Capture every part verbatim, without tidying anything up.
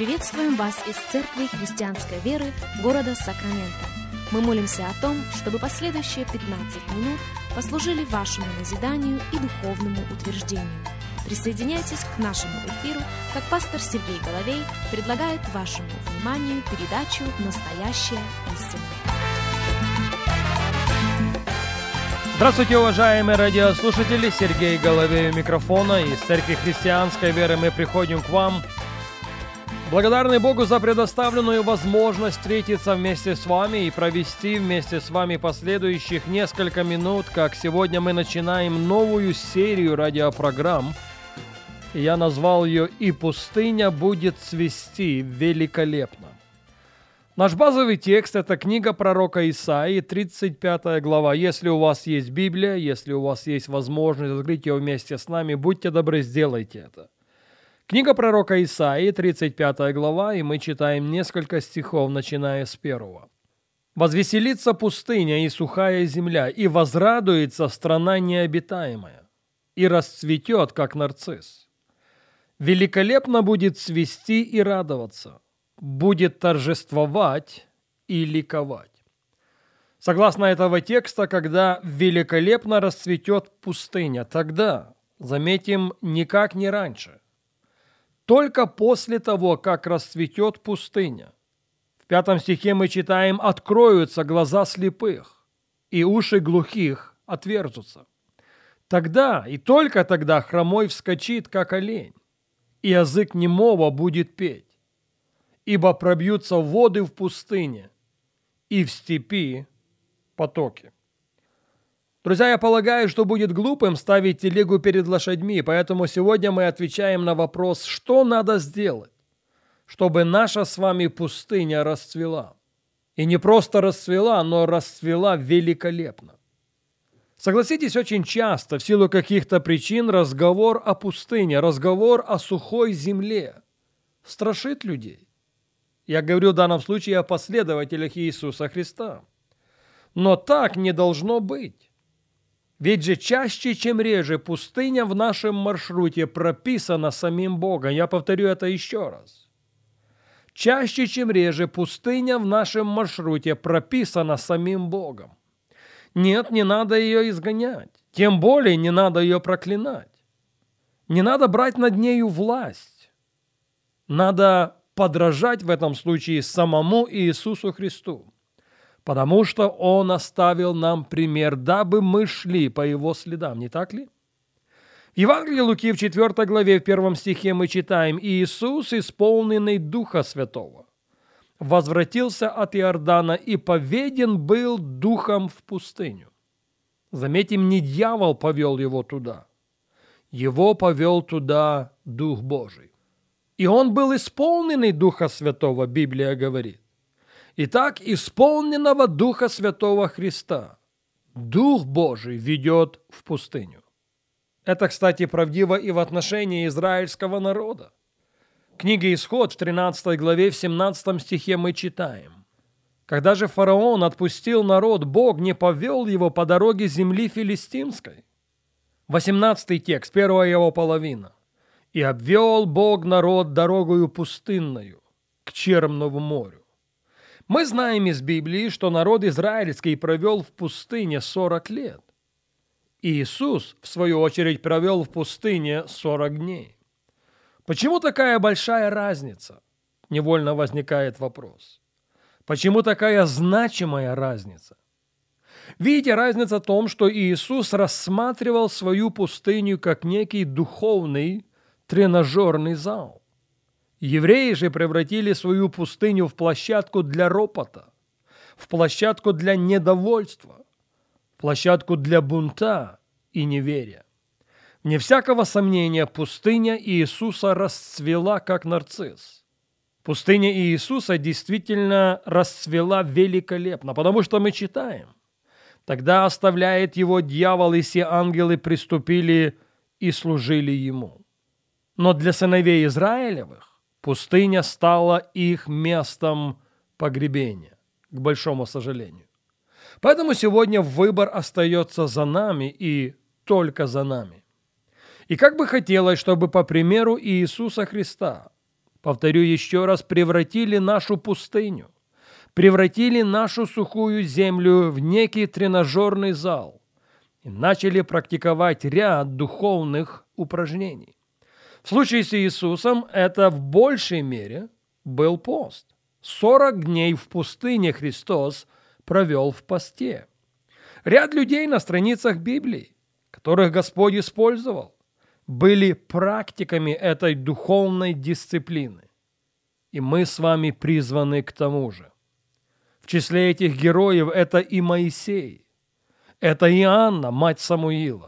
Приветствуем вас из Церкви Христианской Веры города Сакраменто. Мы молимся о том, чтобы последующие пятнадцать минут послужили вашему назиданию и духовному утверждению. Присоединяйтесь к нашему эфиру, как пастор Сергей Головей предлагает вашему вниманию передачу «Настоящая истина». Здравствуйте, уважаемые радиослушатели! Сергей Головей у микрофона. Из Церкви Христианской Веры мы приходим к вам, благодарны Богу за предоставленную возможность встретиться вместе с вами и провести вместе с вами последующих несколько минут, как сегодня мы начинаем новую серию радиопрограмм. Я назвал ее «И пустыня будет цвести великолепно». Наш базовый текст – это книга пророка Исаии, тридцать пятая глава. Если у вас есть Библия, если у вас есть возможность открыть ее вместе с нами, будьте добры, сделайте это. Книга пророка Исаии, тридцать пятая глава, и мы читаем несколько стихов, начиная с первого. «Возвеселится пустыня и сухая земля, и возрадуется страна необитаемая, и расцветет, как нарцисс. Великолепно будет цвести и радоваться, будет торжествовать и ликовать». Согласно этого текста, когда великолепно расцветет пустыня, тогда, заметим, никак не раньше, только после того, как расцветет пустыня. В пятом стихе мы читаем: «Откроются глаза слепых, и уши глухих отверзутся. Тогда и только тогда хромой вскочит, как олень, и язык немого будет петь. Ибо пробьются воды в пустыне, и в степи потоки». Друзья, я полагаю, что будет глупым ставить телегу перед лошадьми, поэтому сегодня мы отвечаем на вопрос, что надо сделать, чтобы наша с вами пустыня расцвела. И не просто расцвела, но расцвела великолепно. Согласитесь, очень часто, в силу каких-то причин, разговор о пустыне, разговор о сухой земле страшит людей. Я говорю в данном случае о последователях Иисуса Христа. Но так не должно быть. Ведь же чаще, чем реже, пустыня в нашем маршруте прописана самим Богом. Я повторю это еще раз. Чаще, чем реже, пустыня в нашем маршруте прописана самим Богом. Нет, не надо ее изгонять. Тем более не надо ее проклинать. Не надо брать над нею власть. Надо подражать в этом случае самому Иисусу Христу, потому что Он оставил нам пример, дабы мы шли по Его следам, не так ли? В Евангелии Луки в четвёртой главе, в первом стихе мы читаем: «Иисус, исполненный Духа Святого, возвратился от Иордана и поведен был Духом в пустыню». Заметим, не дьявол повел его туда, его повел туда Дух Божий. И он был исполненный Духа Святого, Библия говорит. Итак, исполненного Духа Святого Христа Дух Божий ведет в пустыню. Это, кстати, правдиво и в отношении израильского народа. В книге Исход в тринадцатой главе, в семнадцатом стихе мы читаем: «Когда же фараон отпустил народ, Бог не повел его по дороге земли филистимской». восемнадцатый текст, первая его половина. «И обвел Бог народ дорогою пустынною к Черному морю». Мы знаем из Библии, что народ израильский провел в пустыне сорок лет. И Иисус, в свою очередь, провел в пустыне сорок дней. Почему такая большая разница? Невольно возникает вопрос. Почему такая значимая разница? Видите, разница в том, что Иисус рассматривал свою пустыню как некий духовный тренажерный зал. Евреи же превратили свою пустыню в площадку для ропота, в площадку для недовольства, в площадку для бунта и неверия. Вне всякого сомнения, пустыня Иисуса расцвела, как нарцисс. Пустыня Иисуса действительно расцвела великолепно, потому что мы читаем: «Тогда оставляет его дьявол, и все ангелы приступили и служили ему». Но для сыновей Израилевых пустыня стала их местом погребения, к большому сожалению. Поэтому сегодня выбор остается за нами и только за нами. И как бы хотелось, чтобы по примеру Иисуса Христа повторю еще раз, превратили нашу пустыню, превратили нашу сухую землю в некий тренажерный зал и начали практиковать ряд духовных упражнений. В случае с Иисусом это в большей мере был пост. Сорок дней в пустыне Христос провел в посте. Ряд людей на страницах Библии, которых Господь использовал, были практиками этой духовной дисциплины. И мы с вами призваны к тому же. В числе этих героев это и Моисей, это и Анна, мать Самуила,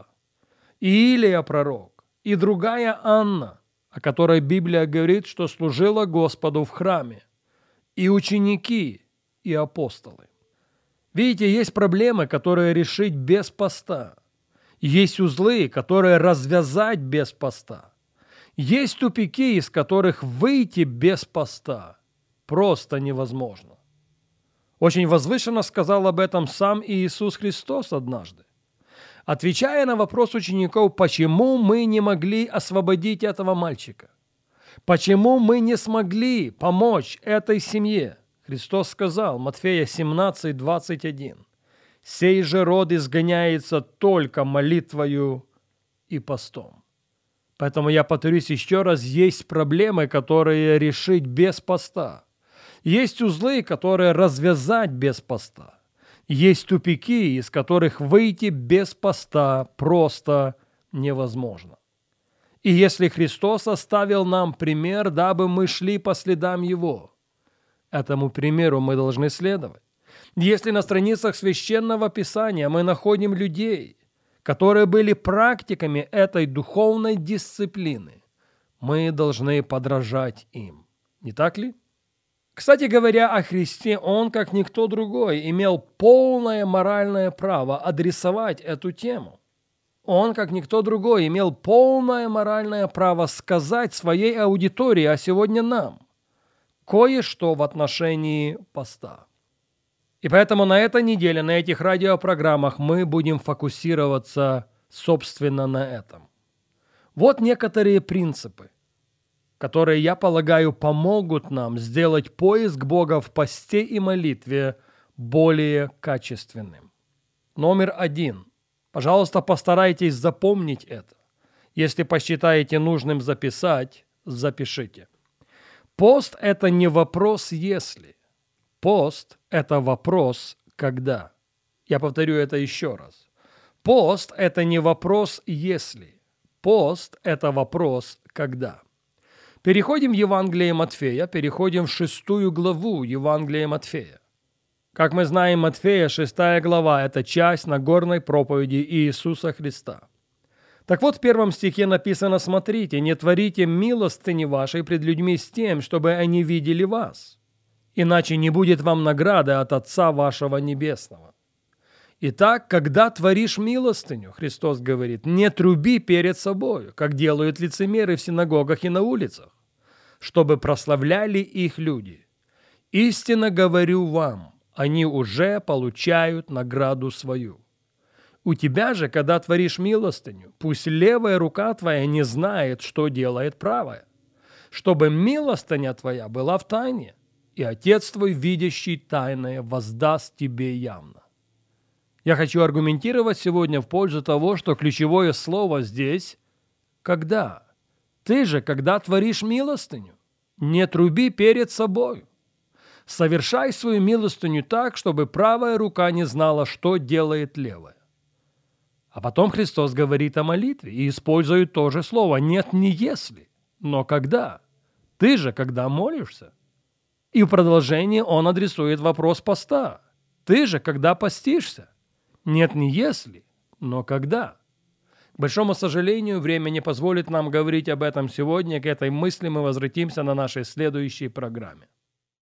и Илия пророк, и другая Анна, о которой Библия говорит, что служила Господу в храме, и ученики, и апостолы. Видите, есть проблемы, которые решить без поста. Есть узлы, которые развязать без поста. Есть тупики, из которых выйти без поста просто невозможно. Очень возвышенно сказал об этом сам Иисус Христос однажды. Отвечая на вопрос учеников, почему мы не могли освободить этого мальчика, почему мы не смогли помочь этой семье, Христос сказал, Матфея семнадцать, двадцать один, «Сей же род изгоняется только молитвою и постом». Поэтому я повторюсь еще раз, есть проблемы, которые решить без поста. Есть узлы, которые развязать без поста. Есть тупики, из которых выйти без поста просто невозможно. И если Христос оставил нам пример, дабы мы шли по следам Его, этому примеру мы должны следовать. Если на страницах Священного Писания мы находим людей, которые были практиками этой духовной дисциплины, мы должны подражать им. Не так ли? Кстати говоря, о Христе, Он, как никто другой, имел полное моральное право адресовать эту тему. Он, как никто другой, имел полное моральное право сказать своей аудитории, а сегодня нам, кое-что в отношении поста. И поэтому на этой неделе, на этих радиопрограммах мы будем фокусироваться, собственно, на этом. Вот некоторые принципы, которые, я полагаю, помогут нам сделать поиск Бога в посте и молитве более качественным. Номер один. Пожалуйста, постарайтесь запомнить это. Если посчитаете нужным записать, запишите. Пост – это не вопрос «если». Пост – это вопрос «когда». Я повторю это еще раз. Пост – это не вопрос «если». Пост – это вопрос «когда». Переходим в Евангелие Матфея, переходим в шестую главу Евангелия Матфея. Как мы знаем, Матфея, шестая глава – это часть Нагорной проповеди Иисуса Христа. Так вот, в первом стихе написано: «Смотрите, не творите милостыни вашей пред людьми с тем, чтобы они видели вас, иначе не будет вам награды от Отца вашего Небесного». Итак, когда творишь милостыню, Христос говорит, не труби перед собой, как делают лицемеры в синагогах и на улицах, чтобы прославляли их люди. Истинно говорю вам, они уже получают награду свою. У тебя же, когда творишь милостыню, пусть левая рука твоя не знает, что делает правая, чтобы милостыня твоя была в тайне, и Отец твой, видящий тайное, воздаст тебе явно. Я хочу аргументировать сегодня в пользу того, что ключевое слово здесь – «когда». Ты же, когда творишь милостыню, не труби перед собой. Совершай свою милостыню так, чтобы правая рука не знала, что делает левая. А потом Христос говорит о молитве и использует то же слово. Нет, не если, но когда. Ты же, когда молишься. И в продолжении он адресует вопрос поста. Ты же, когда постишься. Нет, не если, но когда. К большому сожалению, время не позволит нам говорить об этом сегодня. К этой мысли мы возвратимся на нашей следующей программе.